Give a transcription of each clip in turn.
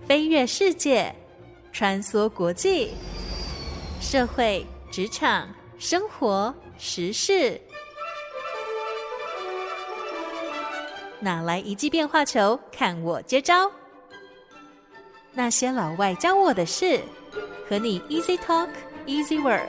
飞跃世界，穿梭国际，社会、职场、生活、时事，哪来一记变化球，看我接招！那些老外教我的事，和你 Easy Talk Easy Work。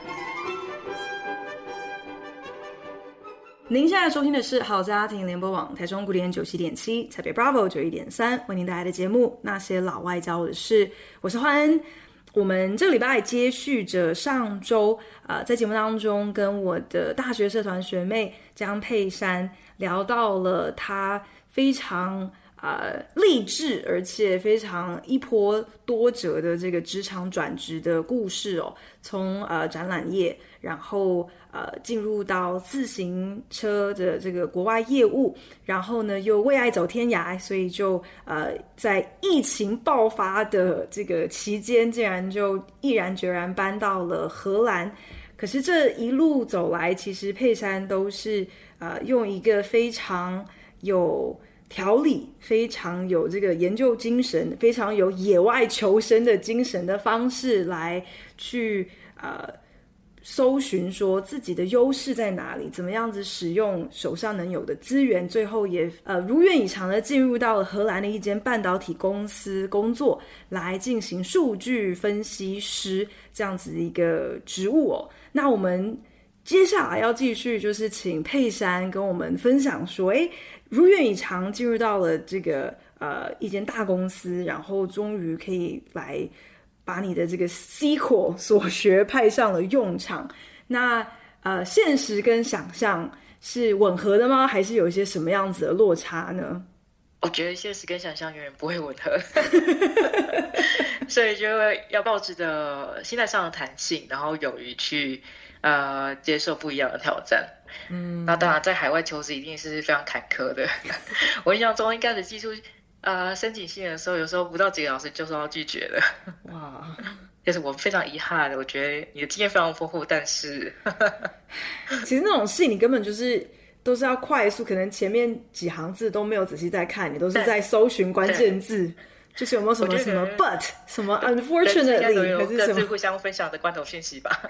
您现在收听的是好家庭联播网台中古典97.7、台北 Bravo 91.3为您带来的节目《那些老外教我的事》，我是焕恩。我们这个礼拜接续着上周在节目当中跟我的大学社团学妹江佩珊聊到了她非常励志而且非常一波多折的这个职场转职的故事哦，从展览业，然后进入到自行车的这个国外业务，然后呢又为爱走天涯，所以就在疫情爆发的这个期间，竟然就毅然决然搬到了荷兰。可是这一路走来，其实佩珊都是用一个非常有条理，非常有这个研究精神，非常有野外求生的精神的方式来去搜寻说自己的优势在哪里，怎么样子使用手上能有的资源，最后也如愿以偿的进入到了荷兰的一间半导体公司工作，来进行数据分析师这样子的一个职务哦。那我们接下来要继续就是请佩珊跟我们分享说，如愿以偿进入到了这个一间大公司，然后终于可以来把你的这个 SQL 所学派上了用场。那现实跟想象是吻合的吗？还是有一些什么样子的落差呢？ 我觉得现实跟想象永远不会吻合，所以就要抱着的心态上的弹性，然后勇于去接受不一样的挑战。那当然在海外求职一定是非常坎坷的。我印象中一开始寄出申请信的时候，有时候不到几个小时就收到拒绝了。哇！就是我非常遗憾的，我觉得你的经验非常丰富，但是其实那种信你根本就是都是要快速，可能前面几行字都没有仔细在看，你都是在搜寻关键字，就是有没有什么什么 but 什么 unfortunately 还是什么各自互相分享的关头讯息吧。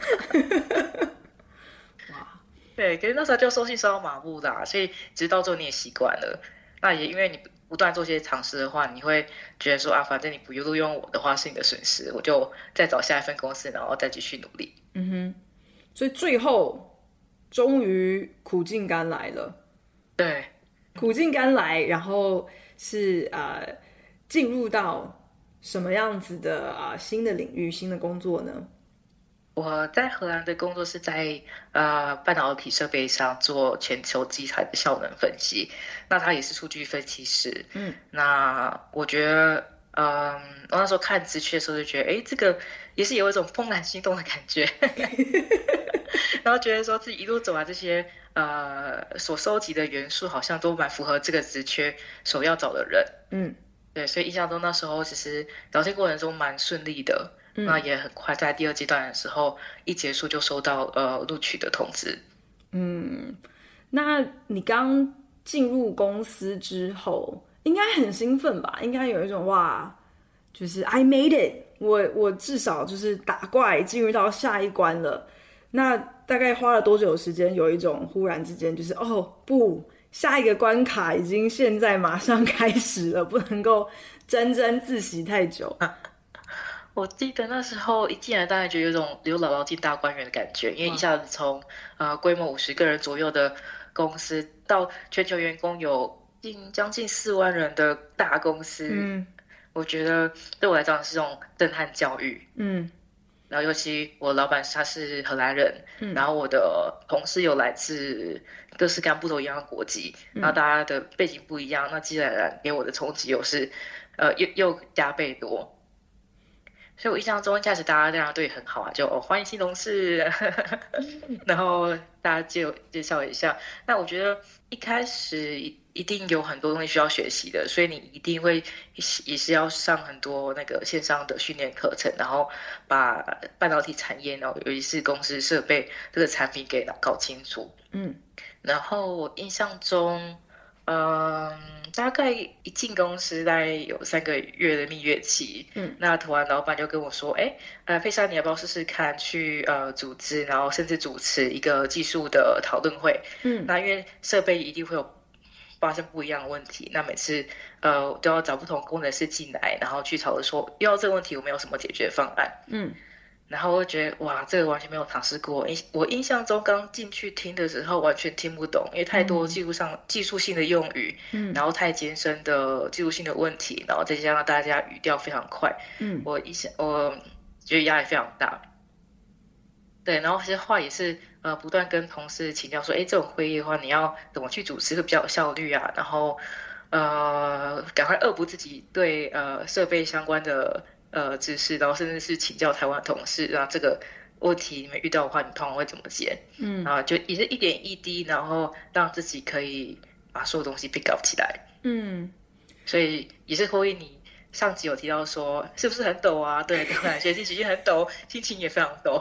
对，可是那时候就收信收到麻木啦，所以直到最后你也习惯了。那也因为你不断做些尝试的话，你会觉得说反正你不录用我的话是你的损失，我就再找下一份公司，然后再继续努力。 所以最后终于苦尽甘来了。 对， 苦尽甘来，然后是进入到什么样子的新的领域、新的工作呢？ 我在荷兰的工作是在半导体设备上做全球机台的效能分析，那它也是数据分析师。那我觉得我那时候看职缺的时候就觉得这个也是有一种怦然心动的感觉。然后觉得说自己一路走来这些所收集的元素好像都蛮符合这个职缺所要找的人。对，所以印象中那时候其实聊天过程中蛮顺利的。那也很快在第二阶段的时候一结束就收到录取的通知。 那你刚进入公司之后应该很兴奋吧？应该有一种哇，就是 I made it， 我至少就是打怪进入到下一关了。那大概花了多久时间有一种忽然之间就是不，下一个关卡已经现在马上开始了，不能够沾沾自喜太久。 我记得那时候一进来，大概就有一种刘姥姥进大观园的感觉，因为一下子从规模50个人左右的公司，到全球员工有将近4万人的大公司。我觉得对我来讲是一种震撼教育。然后尤其我老板他是荷兰人，然后我的同事有来自各式各样不同一样的国籍，然后大家的背景不一样，那自然给我的冲击又是又加倍多。所以我印象中一开始大家这样对很好就欢迎新同事，然后大家介绍一下。那我觉得一开始一定有很多东西需要学习的，所以你一定会也是要上很多那个线上的训练课程，然后把半导体产业，然后尤其是公司设备这个产品给搞清楚。然后我印象中大概一进公司大概有3个月的蜜月期，那突然老板就跟我说，佩珊，你要不要试试看去组织，然后甚至主持一个技术的讨论会？那因为设备一定会有发生不一样的问题，那每次都要找不同工程师进来，然后去讨论说，遇到这个问题我们有什么解决方案？然后我就觉得哇，这个完全没有尝试过。我印象中刚进去听的时候完全听不懂，因为太多技术性的用语，然后太艰深的技术性的问题，然后再加上大家语调非常快，我觉得压力非常大。对，然后其实话也是不断跟同事请教说，这种会议的话，你要怎么去主持会比较有效率啊？然后赶快恶补自己对设备相关的知识，然后甚至是请教台湾的同事，然后这个问题你们遇到的话，你通常会怎么解？然后就也是一点一滴，然后让自己可以把所有东西 pick up 起来。所以也是呼应你上集有提到说，是不是很陡啊？对，学习期间很陡，心情也非常陡。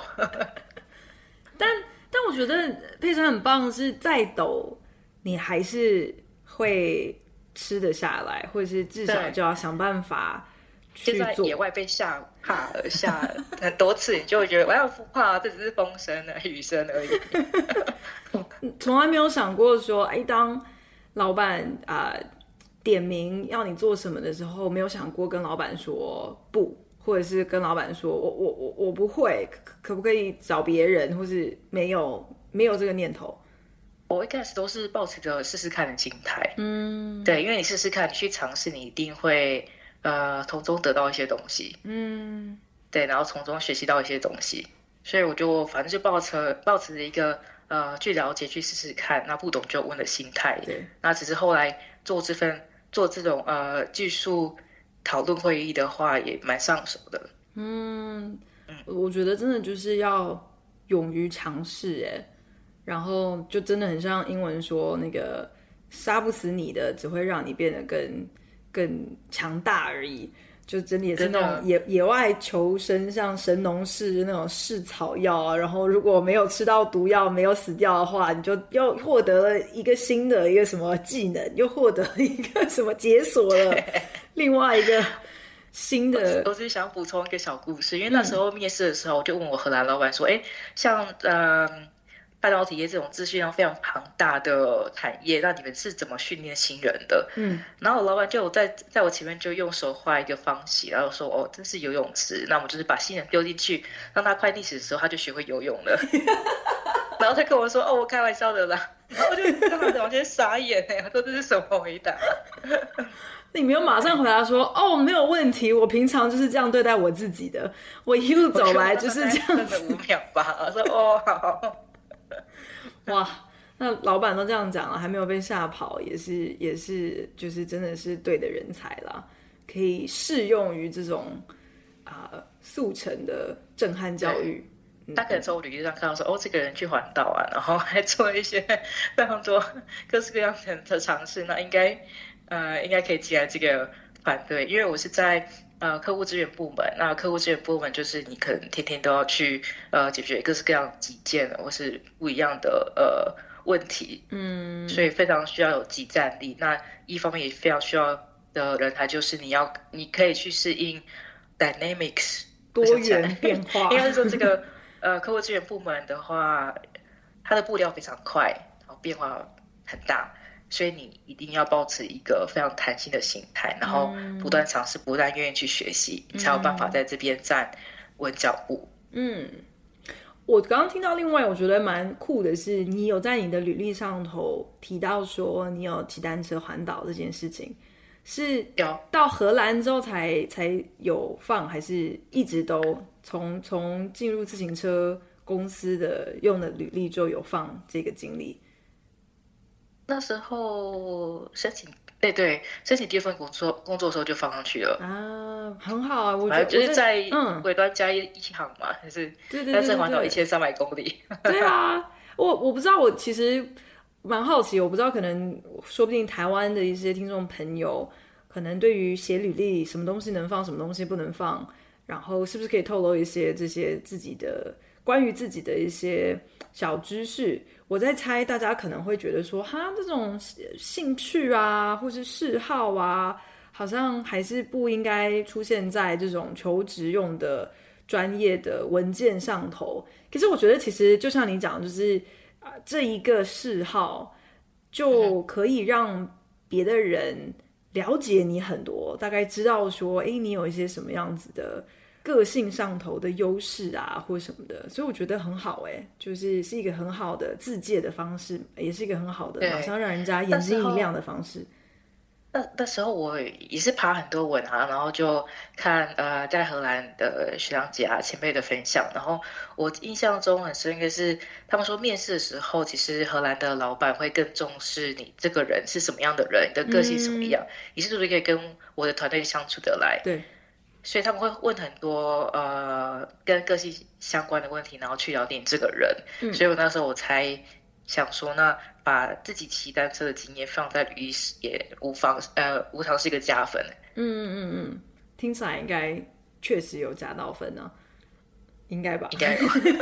但我觉得佩珊很棒，是再陡你还是会吃得下来，或者是至少就要想办法去做。 就在野外被吓很多次，你就会觉得我要不怕，这只是风声雨声而已。 从来没有想过说，当老板点名要你做什么的时候，没有想过跟老板说不，或者是跟老板说我不会，可不可以找别人，或是没有这个念头。 我一开始都是抱持着试试看的心态，对，因为你试试看，你去尝试，你一定会从中得到一些东西，对，然后从中学习到一些东西，所以我就反正就抱持一个去了解、去试试看，那不懂就问的心态。 对， 那只是后来做这种技术讨论会议的话，也蛮上手的。 我觉得真的就是要勇于尝试，然后就真的很像英文说那个杀不死你的，只会让你变得更强大而已。就真的也是那种野外求生，像神农氏那种试草药啊，然后如果没有吃到毒药，没有死掉的话，你就又获得了一个新的一个什么技能，又获得了一个什么解锁了另外一个新的。 我只是想补充一个小故事，因为那时候面试的时候，我就问我荷兰老板说，像半导体业这种资讯量非常庞大的产业，那你们是怎么训练新人的？然后我老板就在我前面就用手画一个方形，然后说这是游泳池，那我们就是把新人丢进去，让他快溺死的时候他就学会游泳了。然后他跟我说我开玩笑的啦，然后我就完全傻眼我说这是什么回答？ 你没有马上回答说没有问题，我平常就是这样对待我自己的，我一路走来就是这样子。 5秒吧，我说好。 哇，那老板都这样讲了，还没有被吓跑，也是就是真的是对的人才啦，可以适用于这种速成的震撼教育。 他可能从我履历上看到说这个人去环岛啊，然后还做了一些非常多各式各样的尝试，那应该可以进来这个团队。因为我是在客户资源部门，那客户资源部门就是你可能天天都要去解决各式各样急件或是不一样的问题，所以非常需要有即战力。那一方面也非常需要的人才就是你可以去适应 dynamics 多元变化。 应该是说这个客户资源部门的话，它的步调非常快，然后变化很大。所以你一定要保持一个非常弹性的心态，然后不断尝试，不断愿意去学习，你才有办法在这边站稳脚步。 我刚刚听到另外我觉得蛮酷的是，你有在你的履历上头提到说你有骑单车环岛这件事情，是到荷兰之后才有放，还是一直都从进入自行车公司的用的履历就有放这个经历？ 那时候申请第二份工作的时候就放上去了很好啊，我觉得就是在尾端加一行嘛，就是但是环岛1300公里。 对啊，我不知道，我其实蛮好奇，我不知道可能说不定台湾的一些听众朋友可能对于写履历什么东西能放，什么东西不能放，然后是不是可以透露一些这些关于自己的一些小知识？ 我在猜大家可能会觉得说，哈，这种兴趣啊，或是嗜好啊，好像还是不应该出现在这种求职用的专业的文件上头。可是我觉得其实就像你讲，就是这一个嗜好就可以让别的人了解你很多，大概知道说，你有一些什么样子的个性上头的优势啊，或什么的，所以我觉得很好，就是一个很好的自介的方式，也是一个很好的马上让人家眼睛一亮的方式。 那时候我也是爬很多文啊，然后就看在荷兰的学长姐啊前辈的分享，然后我印象中很深的是，他们说面试的时候，其实荷兰的老板会更重视你这个人是什么样的人，你的个性什么样，你是不是可以跟我的团队相处得来？ 对， 所以他们会问很多跟个性相关的问题，然后去了解你这个人。所以我那时候我才想说，那把自己骑单车的经验放在履历时也无妨是一个加分。 听起来应该确实有加到分啊，应该吧？ 应该有。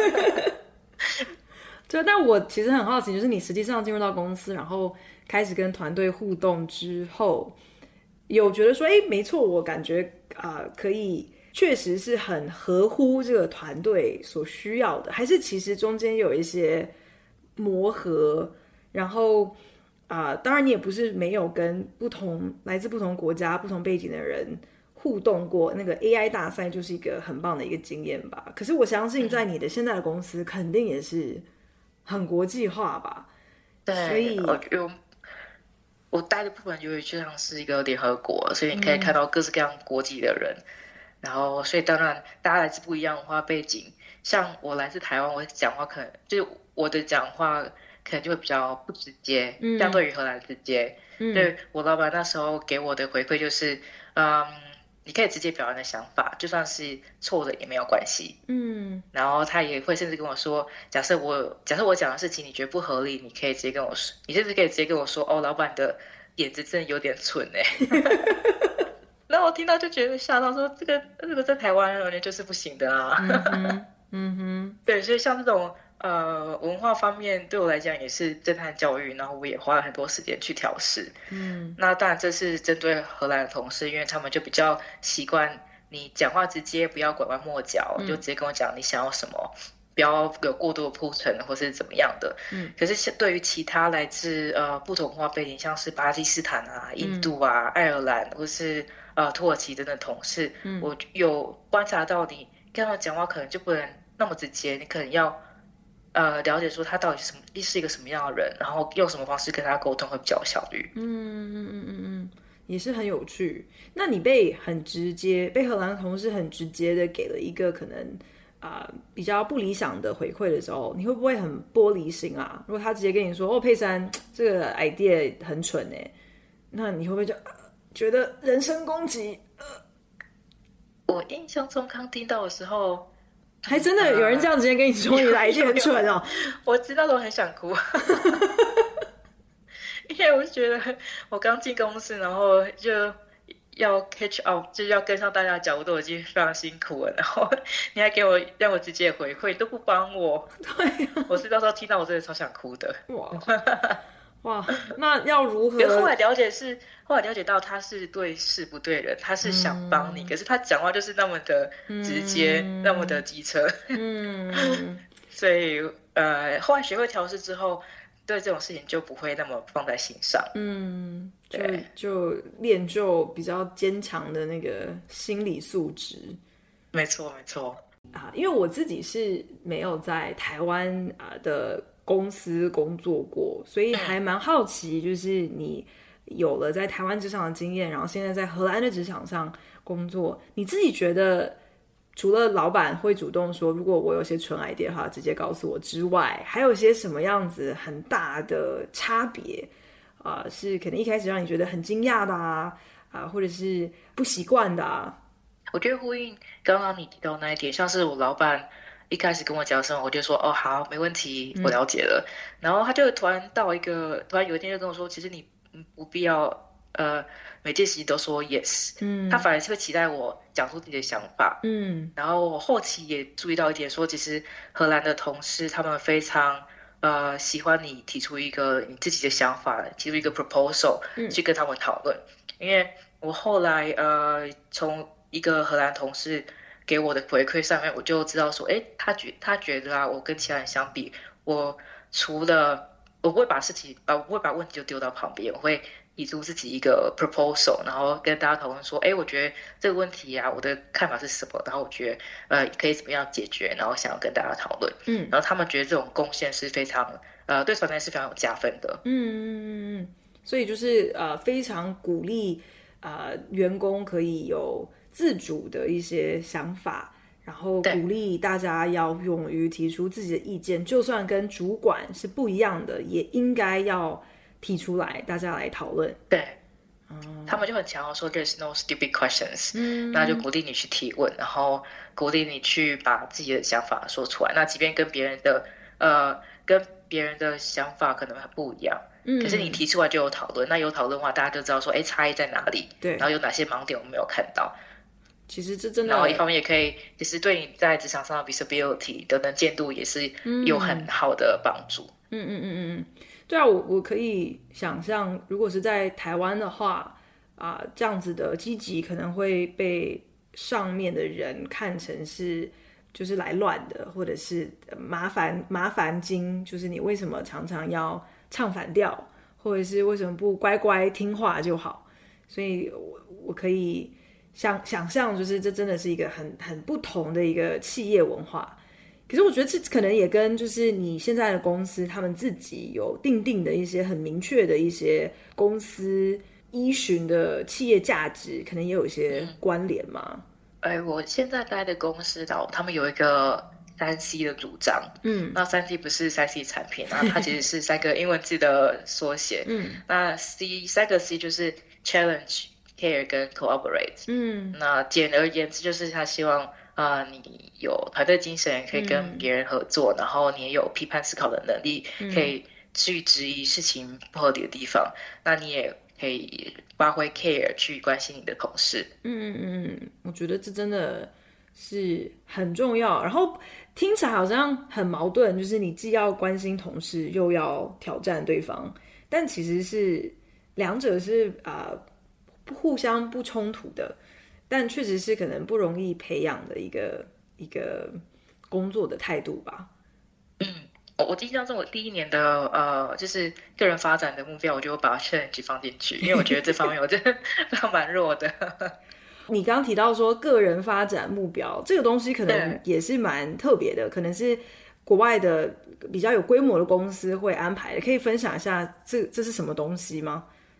对，但我其实很好奇，就是你实际上进入到公司，然后开始跟团队互动之后，有觉得说，没错，我感觉可以，确实是很合乎这个团队所需要的，还是其实中间有一些磨合，然后当然你也不是没有跟来自不同国家、不同背景的人互动过，那个 AI 大赛就是一个很棒的一个经验吧。可是我相信在你的现在的公司肯定也是很国际化吧。 对， 所以我待的部门就像是一个联合国，所以你可以看到各式各样国籍的人。然后所以当然大家来自不一样文化背景，像我来自台湾，我讲话可能就是我的讲话可能就会比较不直接，相对于荷兰直接。对，我老板那时候给我的回馈就是，你可以直接表达你的想法，就算是错的也没有关系。然后他也会甚至跟我说，假设我讲的事情你觉得不合理，你可以直接跟我说，你甚至可以直接跟我说，老板的点子真的有点蠢然后我听到就觉得吓到，说这个在台湾人就是不行的啊。对，所以像这种文化方面对我来讲也是震撼教育，然后我也花了很多时间去调试。那当然这是针对荷兰的同事，因为他们就比较习惯你讲话直接，不要拐弯抹角，就直接跟我讲你想要什么，不要有过多的铺陈或是怎么样的。可是对于其他来自不同文化背景，像是巴基斯坦啊、印度啊、爱尔兰或是土耳其等等同事，我有观察到你跟他们讲话可能就不能那么直接，你可能要了解说他到底是一个什么样的人，然后用什么方式跟他沟通会比较有效率。 也是很有趣。那你被荷兰的同事很直接的给了一个可能比较不理想的回馈的时候，你会不会很玻璃心啊？如果他直接跟你说佩珊这个 idea 很蠢那你会不会就觉得人身攻击？ 我印象中刚听到的时候， 还真的有人这样直接跟你说你的 idea 很蠢哦。 我知道，我很想哭。因为我就觉得我刚进公司，然后就要 catch up， 就是要跟上大家的脚步，都已经非常辛苦了，然后你还让我直接回馈，都不帮我。 对我是到时候听到我真的超想哭的。 哇，那要如何？ 后来了解到他是对事不对人，他是想帮你，可是他讲话就是那么的直接，那么的机车。所以后来学会调试之后，对这种事情就不会那么放在心上。 就练就比较坚强的那个心理素质。 没错因为我自己是没有在台湾的公司工作过，所以还蛮好奇，就是你有了在台湾职场的经验，然后现在在荷兰的职场上工作，你自己觉得除了老板会主动说如果我有些蠢 idea 的话直接告诉我之外，还有些什么样子很大的差别是可能一开始让你觉得很惊讶的或者是不习惯的我觉得呼应刚刚你提到那一点，像是我老板一开始跟我讲什么，我就说好，没问题，我了解了。然后他就突然有一天就跟我说，其实你不必要每件事情都说 yes，他反而是会期待我讲出自己的想法。然后我后期也注意到一点，说其实荷兰的同事他们非常喜欢你提出一个你自己的想法，提出一个 proposal 去跟他们讨论。因为我后来从一个荷兰同事给我的回馈上面，我就知道说，诶，他觉得啊，我跟其他人相比，我除了我不会把我不会把问题就丢到旁边，我会提出自己一个 proposal，然后跟大家讨论说，诶，我觉得这个问题啊，我的看法是什么，然后我觉得可以怎么样解决，然后想要跟大家讨论。然后他们觉得这种贡献是非常对团队是非常有加分的。 所以就是非常鼓励员工可以有自主的一些想法，然后鼓励大家要勇于提出自己的意见，就算跟主管是不一样的，也应该要提出来，大家来讨论。 对，他们就很强调说 "There's no stupid questions"，那就鼓励你去提问，然后鼓励你去把自己的想法说出来。那即便跟别人的想法可能还不一样，可是你提出来就有讨论，那有讨论的话，大家就知道说，哎，差异在哪里？对，然后有哪些盲点我们没有看到。 其实这真的， 然后一方面也可以，其实对你在职场上的 visibility 的能见度也是有很好的帮助。 对啊，我可以想象，如果是在台湾的话，这样子的积极可能会被上面的人看成是就是来乱的，或者是麻烦精，就是你为什么常常要唱反调，或者是为什么不乖乖听话就好？所以我可以想象，就是这真的是一个很不同的一个企业文化。可是我觉得这可能也跟就是你现在的公司他们自己有定的一些很明确的一些公司依循的企业价值，可能也有一些关联嘛。 我现在待的公司他们有一个3C 的主张，那3C 不是3C 产品，那它其实是3个英文字的缩写，那3个 C 就是 challenge、care 跟 cooperate，那简而言之就是他希望你有团队精神，可以跟别人合作，然后你也有批判思考的能力，可以去质疑事情不合理的地方，那你也可以发挥 care 去关心你的同事。 我觉得这真的是很重要，然后听起来好像很矛盾，就是你既要关心同事，又要挑战对方，但其实是两者是互相不冲突的，但确实是可能不容易培养的一个工作的态度吧。 我印象中我第一年的就是个人发展的目标，我就把 challenge 放进去，因为我觉得这方面我真的蛮弱的。 你刚刚提到说个人发展目标这个东西可能也是蛮特别的，可能是国外的比较有规模的公司会安排的，可以分享一下这是什么东西吗？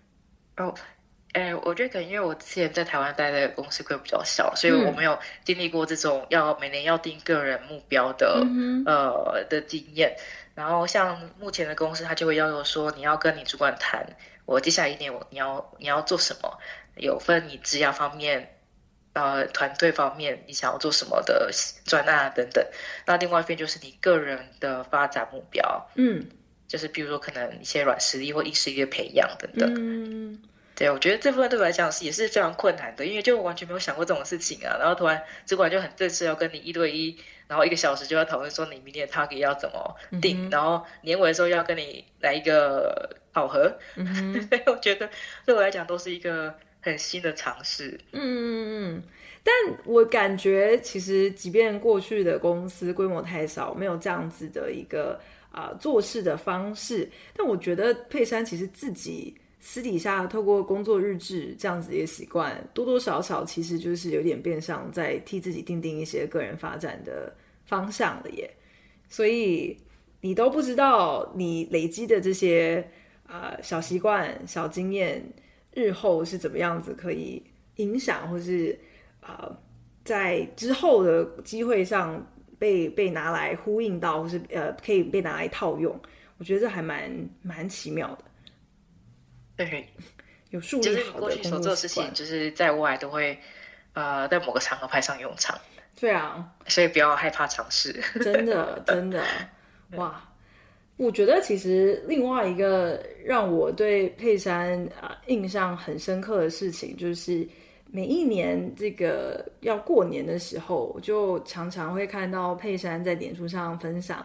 我觉得可能因为我之前在台湾待的公司规模比较小，所以我没有经历过这种每年要定个人目标的的经验。然后像目前的公司，他就会要求说，你要跟你主管谈，我接下来1年你要做什么，有分你职涯方面、团队方面，你想要做什么的专案等等。那另外一边就是你个人的发展目标，就是比如说可能一些软实力或硬实力的培养等等。对，我觉得这部分对我来讲也是非常困难的，因为就完全没有想过这种事情啊。然后突然主管就很正式要跟你1对1，然后1个小时就要讨论说你明年的 target 要怎么定，然后年尾的时候要跟你来一个考核。所以我觉得对我来讲都是一个很新的尝试。 但我感觉其实即便过去的公司规模太少，没有这样子的一个做事的方式，但我觉得佩珊其实自己私底下透过工作日志这样子的习惯，多多少少其实就是有点变相在替自己定一些个人发展的方向了耶。所以你都不知道你累积的这些小习惯、小经验，日后是怎么样子可以影响，或是在之后的机会上被拿来呼应到，或是可以被拿来套用。我觉得这还蛮奇妙的。 对， 有树立好的工作习惯，就是你过去所做的事情，就是在外都会在某个场合派上用场。 对啊， 所以不要害怕尝试。 真的，哇！我觉得其实另外一个让我对佩珊印象很深刻的事情，就是每一年这个要过年的时候，我就常常会看到佩珊在脸书上分享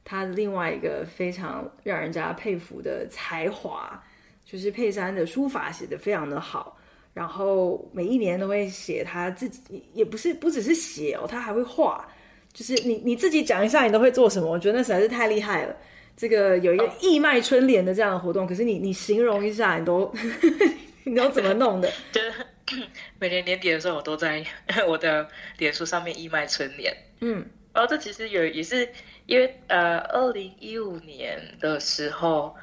他另外一个非常让人家佩服的才华，就是佩珊的书法写得非常的好，然后每一年都会写他自己，也不只是写哦，他还会画。就是你自己讲一下你都会做什么，我觉得那实在是太厉害了。这个有一个义卖春联的这样的活动，可是你形容一下，你都你都怎么弄的？ 就是每年年底的时候，我都在我的脸书上面义卖春联。然后这其实也是因为2015年的时候，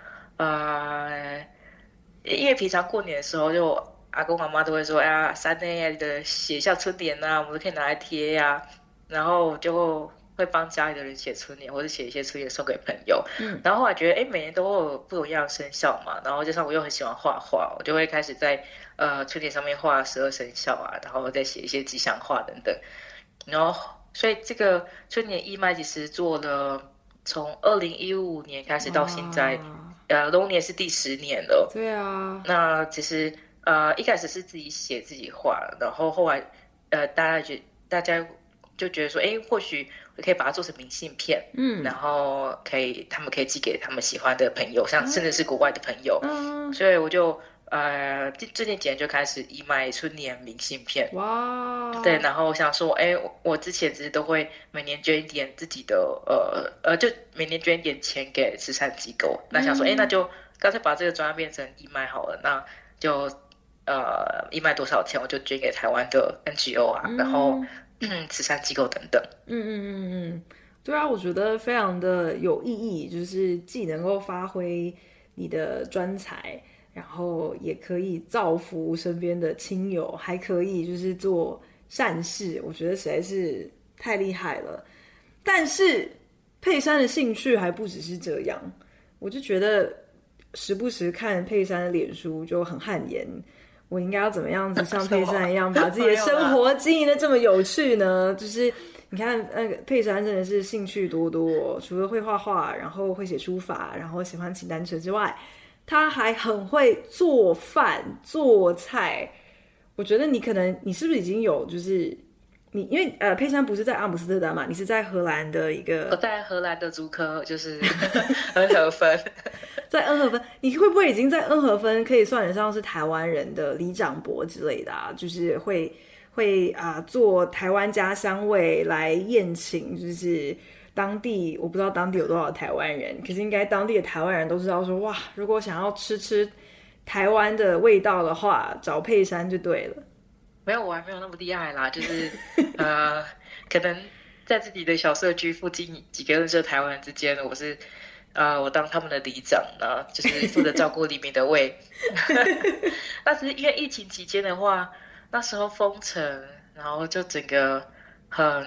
因为平常过年的时候，就阿公阿妈都会说，哎呀，三内的写一下春联啊，我们都可以拿来贴呀。然后就会帮家里的人写春联，或者写一些春联送给朋友。然后后来觉得，每年都会有不一样的生肖嘛，然后加上我又很喜欢画画，我就会开始在春联上面画12生肖啊，然后再写一些吉祥话等等。然后所以这个春联义卖其实做了从2015年开始到现在，龙年是第10年了。 对啊。 那其实一开始是自己写自己画，然后后来大家就觉得说，或许我可以把它做成明信片，然后他们可以寄给他们喜欢的朋友，像甚至是国外的朋友，所以我就最近几年就开始义卖春联明信片。 哇， 对，然后我想说，我之前只是都会每年捐一点自己的就每年捐一点钱给慈善机构，那想说，那就干脆把这个专案变成义卖好了，那就义卖多少钱我就捐给台湾的 NGO 啊，然后慈善机构等等。 对啊，我觉得非常的有意义，就是既能够发挥你的专才，然后也可以造福身边的亲友，还可以就是做善事，我觉得实在是太厉害了。但是佩珊的兴趣还不只是这样，我就觉得时不时看佩珊的脸书就很汗颜，我应该要怎么样子像佩珊一样把自己的生活经营的这么有趣呢？就是你看那个佩珊真的是兴趣多多，除了会画画，然后会写书法，然后喜欢骑单车之外，他还很会做饭做菜。我觉得你是不是已经有就是你因为佩珊不是在阿姆斯特丹嘛，你是在荷兰的一个， 我在荷兰的竹科，就是恩和芬。 在恩和芬，你会不会已经在恩和芬可以算得上是台湾人的里长伯之类的啊？就是会做台湾家乡味来宴请，就是当地，我不知道当地有多少台湾人，可是应该当地的台湾人都知道说，哇，如果想要吃台湾的味道的话，找佩珊就对了。 没有，我还没有那么厉害啦，就是可能在自己的小社区附近几个认识的台湾人之间，我当他们的里长呢，就是负责照顾里面的胃。那只是因为疫情期间的话，那时候封城，然后就整个很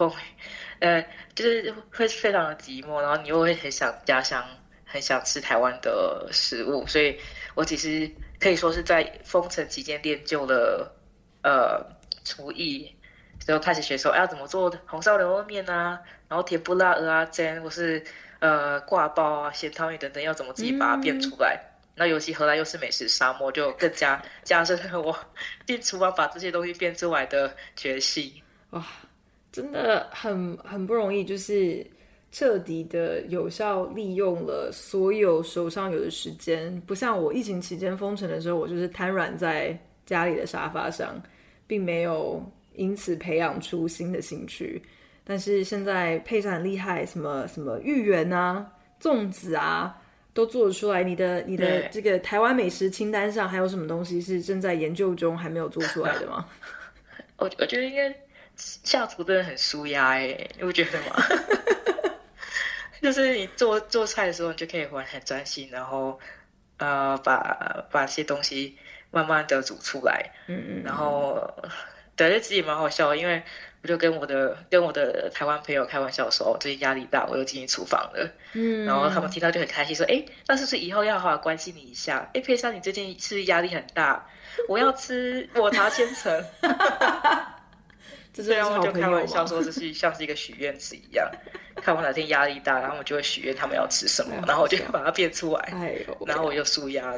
就是会非常的寂寞，然后你又会很想家乡，很想吃台湾的食物，所以我其实可以说是在封城期间练就了厨艺，然后开始学说要怎么做红烧牛肉面啊，然后甜不辣鹅啊煎，或是挂包啊、咸汤圆等等，要怎么自己把它变出来。那尤其荷兰又是美食沙漠，就更加深了我进厨房把这些东西变出来的决心。 哇，真的很不容易，就是彻底的有效利用了所有手上有的时间，不像我疫情期间封城的时候，我就是瘫软在家里的沙发上，并没有因此培养出新的兴趣。但是现在佩珊很厉害，什么芋圆啊、粽子啊都做得出来。你的这个台湾美食清单上还有什么东西是正在研究中还没有做出来的吗？ 我觉得应该下厨真的很舒压你不觉得吗？就是你做菜的时候，你就可以很专心，然后把这些东西慢慢的煮出来。然后对，这其实也蛮好笑的，因为我就跟我的台湾朋友开玩笑说，最近压力大，我又进去厨房了。然后他们听到就很开心，说：“那是不是以后要好好关心你一下？佩珊，你最近是不是压力很大？我要吃抹茶千层。” 这样我就开玩笑说，这是像是一个许愿池一样，看我哪天压力大，然后我就会许愿他们要吃什么，然后我就把它变出来，然后我就舒压了。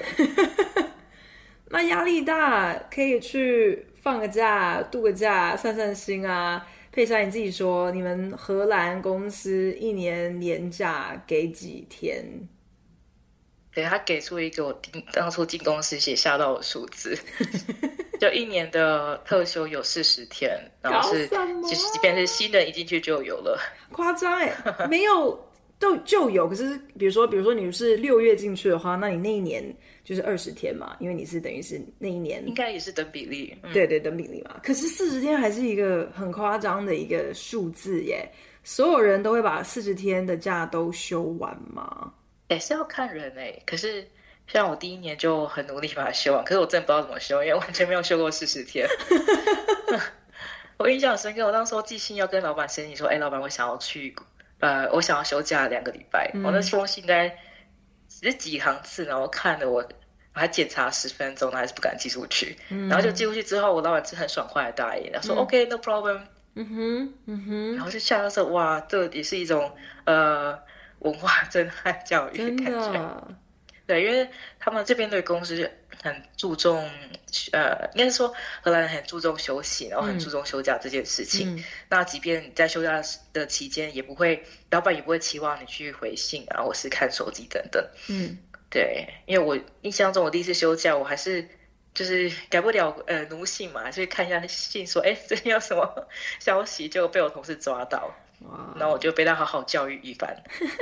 那压力大可以去放个假、度个假、散散心啊。 佩珊你自己说，你们荷兰公司一年年假给几天？ 对，他给出一个我当初进公司写吓到我数字，就一年的特休有40天，然后是其实即便是新人一进去就有了， 夸张哎，没有就有，可是比如说你是6月进去的话，那你那一年就是20天嘛，因为你是等于是那一年应该也是等比例， 对对，等比例嘛。可是40天还是一个很夸张的一个数字耶，所有人都会把40天的假都休完吗？ 是要看人可是像我第一年就很努力把它修完，可是我真的不知道怎么修，因为完全没有修过40天。我印象很深刻，我当时候寄信要跟老板申请说，老板我想要去我想要休假2个礼拜，我那封信大概只是几行字，然后看了我还检查10分钟，还是不敢寄出去，然后就寄出去之后，我老板是很爽快的答应，他说OK no problem，然后就吓到说哇，这也是一种文化震撼教育的感觉。对，因为他们这边的公司很注重，应该是说荷兰人很注重休息，然后很注重休假这件事情。那即便你在休假的期间，老板也不会期望你去回信啊，或是看手机等等。对，因为我印象中我第一次休假，我还是就是改不了奴性嘛，就看一下信说，最近有什么消息，就被我同事抓到，然后我就被他好好教育一番。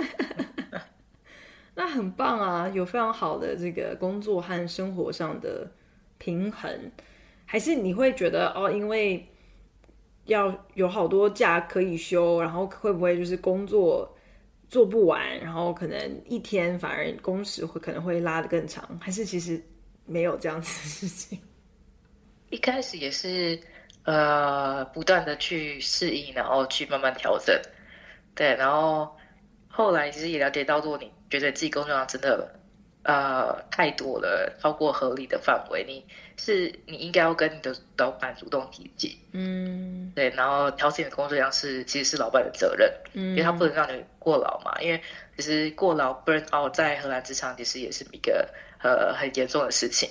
那很棒啊，有非常好的这个工作和生活上的平衡。还是你会觉得因为要有好多假可以休，然后会不会就是工作做不完，然后可能一天反而工时可能会拉得更长？还是其实没有这样子的事情？ 一开始也是不断的去适应，然后去慢慢调整。对，然后后来其实也了解到，如果你觉得自己工作量真的太多了，超过合理的范围，你应该要跟你的老板主动提及。对，然后调整你的工作量其实是老板的责任，因为他不能让你过劳嘛。因为其实过劳 burn out 在荷兰职场其实也是一个很严重的事情。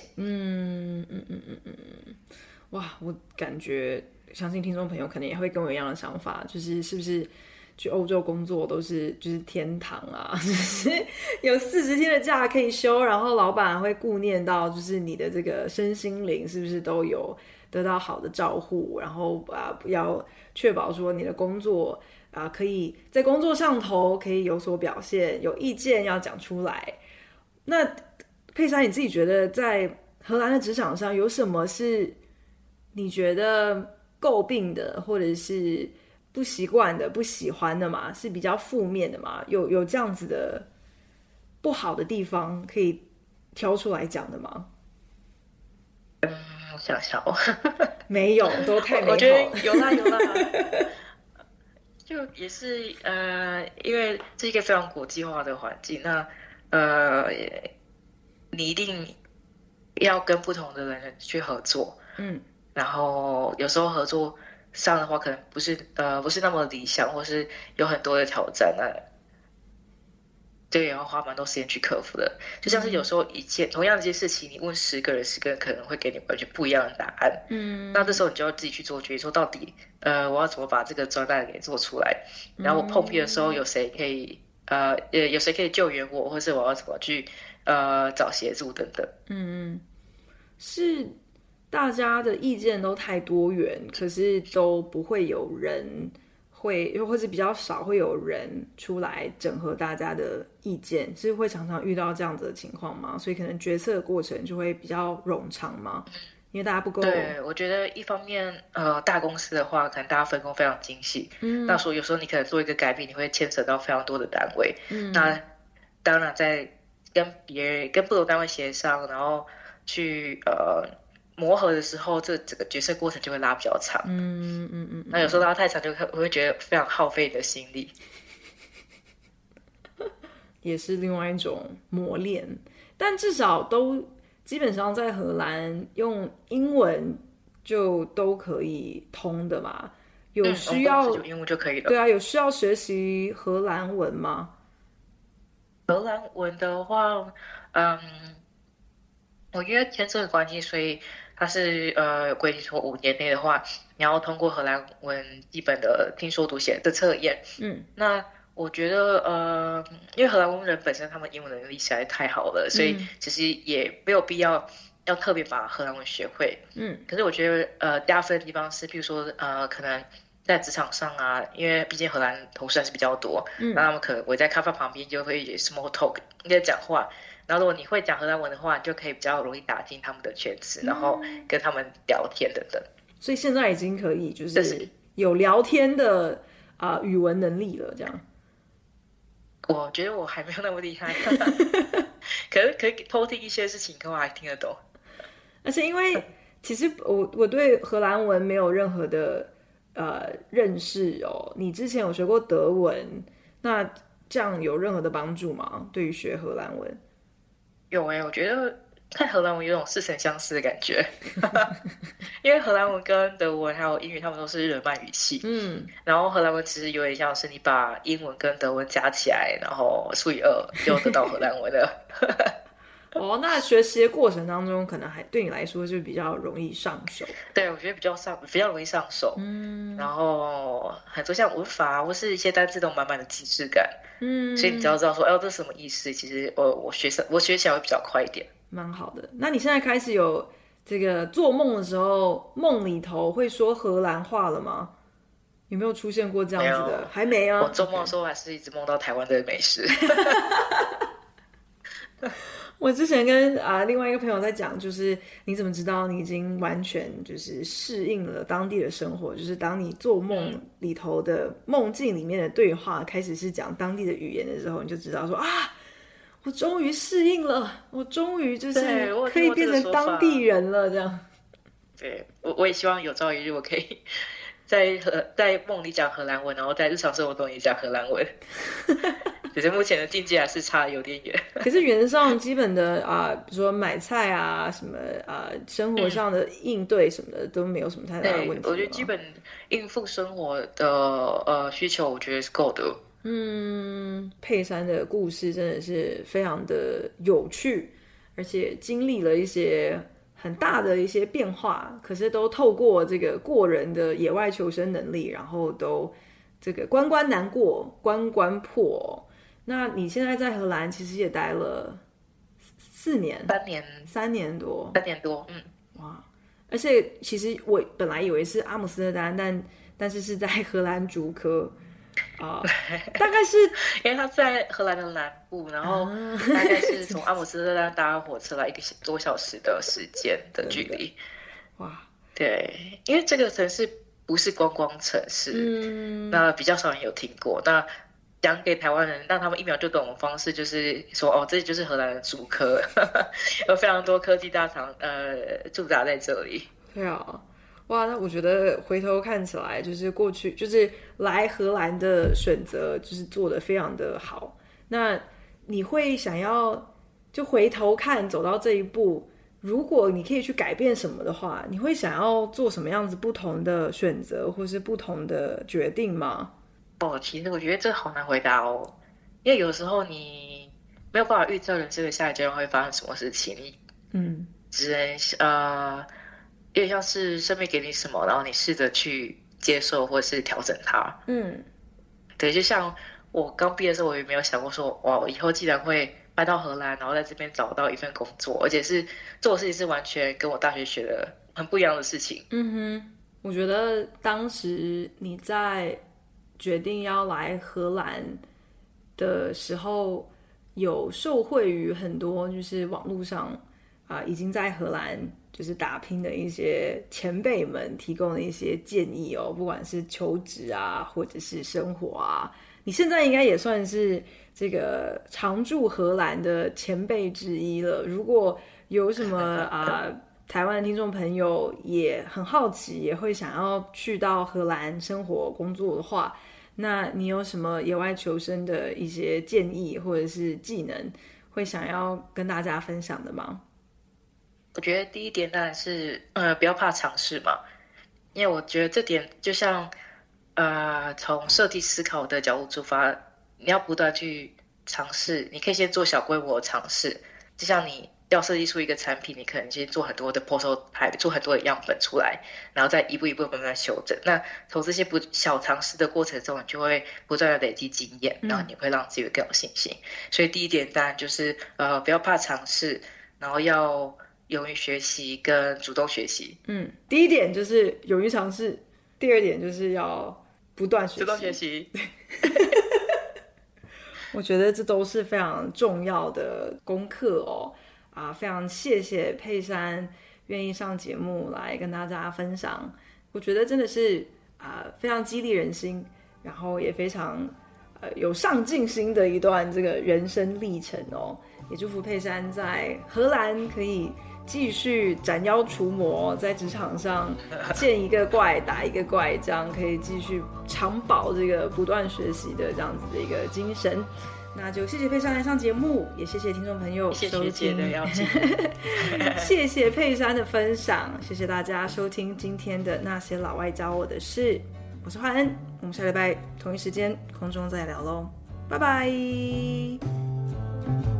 哇，我感觉相信听众朋友可能也会跟我一样的想法，就是是不是去欧洲工作都是就是天堂啊，就是有40天的假可以休，然后老板会顾念到就是你的这个身心灵是不是都有得到好的照护，然后要确保说你的工作可以在工作上头可以有所表现，有意见要讲出来。那佩珊你自己觉得在荷兰的职场上有什么是你觉得诟病的，或者是不习惯的、不喜欢的嘛？是比较负面的嘛？有这样子的不好的地方可以挑出来讲的吗？ 我想想没有，都太美好了。 我觉得有啦，就也是因为这是一个非常国际化的环境，那你一定要跟不同的人去合作，然后有时候合作上的话，可能不是那么理想，或是有很多的挑战，那这个也要花蛮多时间去克服的。就像是有时候同样的一件事情，你问10个人，10个人可能会给你完全不一样的答案。那这时候你就要自己去做决定，说到底我要怎么把这个专案给做出来？然后我碰壁的时候，有谁可以有谁可以救援我，或是我要怎么去找协助等等。 是大家的意见都太多元，可是都不会有人或是比较少会有人出来整合大家的意见，是会常常遇到这样子的情况吗？所以可能决策过程就会比较冗长吗？因为大家不够。 对，我觉得一方面大公司的话，可能大家分工非常精细，那所以有时候你可能做一个改变，你会牵扯到非常多的单位。那当然在跟不同单位协商，然后去磨合的时候，这整个决策过程就会拉比较长。那有时候拉太长，就会觉得非常耗费你的心力， 也是另外一种磨练。但至少都基本上在荷兰用英文就都可以通的嘛？有需要有英文就可以了。 对啊，有需要学习荷兰文吗？ 荷兰文的话，我因为签证的关系，所以它是有规定说5年内的话，你要通过荷兰文基本的听说读写的测验。那我觉得因为荷兰文人本身他们英文能力实在太好了，所以其实也没有必要特别把荷兰文学会。可是我觉得加分的地方是，譬如说可能在职场上啊，因为毕竟荷兰同事还是比较多，那他们可能围在咖啡旁边就会 small talk 应该讲话。然后如果你会讲荷兰文的话，你就可以比较容易打进他们的圈子，然后跟他们聊天等等。 所以现在已经可以就是有聊天的语文能力了，这样。 我觉得我还没有那么厉害，可以偷听一些事情，可我还听得懂。 而且因为其实我对荷兰文没有任何的认识哦。你之前有学过德文，那这样有任何的帮助吗？对于学荷兰文？ 有我觉得看荷兰文有种似曾相识的感觉，因为荷兰文跟德文还有英语，他们都是日耳曼语系。然后荷兰文其实有点像是你把英文跟德文加起来，然后除以2，就得到荷兰文了。 那学习的过程当中，可能还对你来说就比较容易上手。 对，我觉得比较容易上手。然后很多像文法或是一些单字都满满的即视感。所以你只要知道说，这是什么意思，其实我学起来会比较快一点。 蛮好的。那你现在开始有这个做梦的时候，梦里头会说荷兰话了吗？有没有出现过这样子的？还没啊。 我做梦的时候还是一直梦到台湾的美食。 我之前跟另外一个朋友在讲，就是你怎么知道你已经完全就是适应了当地的生活？就是当你做梦里头的梦境里面的对话开始是讲当地的语言的时候，你就知道说我终于适应了，我终于就是可以变成当地人了，这样。 对，我也希望有朝一日我可以在梦里讲荷兰文，然后在日常生活中也讲荷兰文。只是目前的境界还是差有点远。 可是原则上基本的比如说买菜啊，什么生活上的应对什么的都没有什么太大的问题。 我觉得基本应付生活的需求，我觉得是够的。 佩珊的故事真的是非常的有趣，而且经历了一些很大的一些变化，可是都透过这个过人的野外求生能力，然后都这个关关难过关关破。那你现在在荷兰其实也待了3年，3年多，哇！而且其实我本来以为是阿姆斯特丹，但是是在荷兰竹科大概是因为它在荷兰的南部，然后大概是从阿姆斯特丹搭火车来1个多小时的时间的距离。 哇！ 对，因为这个城市不是观光城市，那比较少人有听过。那讲给台湾人，让他们1秒就懂的方式，就是说这就是荷兰的竹科，有非常多科技大厂驻扎在这里。 对啊，哇，那我觉得回头看起来，就是过去就是来荷兰的选择，就是做得非常的好。那你会想要就回头看走到这一步，如果你可以去改变什么的话，你会想要做什么样子不同的选择，或是不同的决定吗？ 其实我觉得这好难回答哦，因为有时候你没有办法预测人生的下一阶段会发生什么事情，你只能有点像是生命给你什么，然后你试着去接受或是调整它。对，就像我刚毕业的时候，我也没有想过说，我以后既然会搬到荷兰，然后在这边找到一份工作，而且是做的事情是完全跟我大学学的很不一样的事情。 我觉得当时你在决定要来荷兰的时候，有受惠于很多就是网络上已经在荷兰就是打拼的一些前辈们提供的一些建议哦，不管是求职啊，或者是生活啊，你现在应该也算是这个常驻荷兰的前辈之一了。如果有什么台湾的听众朋友也很好奇，也会想要去到荷兰生活工作的话，那你有什么野外求生的一些建议或者是技能会想要跟大家分享的吗？ 我觉得第一点当然是不要怕尝试嘛，因为我觉得这点就像从设计思考的角度出发，你要不断去尝试，你可以先做小规模的尝试，就像你要设计出一个产品，你可能先做很多的 prototype， 做很多的样本出来，然后再一步一步慢慢修正。那从这些小尝试的过程中，你就会不断的累积经验，然后你会让自己更有信心。所以第一点当然就是不要怕尝试，然后要勇于学习跟主动学习。 第一点就是勇于尝试，第二点就是要不断学习， 主动学习。 我觉得这都是非常重要的功课哦。非常谢谢佩珊愿意上节目来跟大家分享，我觉得真的是非常激励人心，然后也非常有上进心的一段这个人生历程哦。也祝福佩珊在荷兰可以继续斩妖除魔，在职场上见一个怪打一个怪，这样可以继续长保这个不断学习的这样子的一个精神。那就谢谢佩珊来上节目，也谢谢听众朋友收听。 谢谢学姐的邀请。 谢谢佩珊的分享，谢谢大家收听今天的那些老外教我的事。我是焕恩，我们下礼拜同一时间空中再聊咯，拜拜。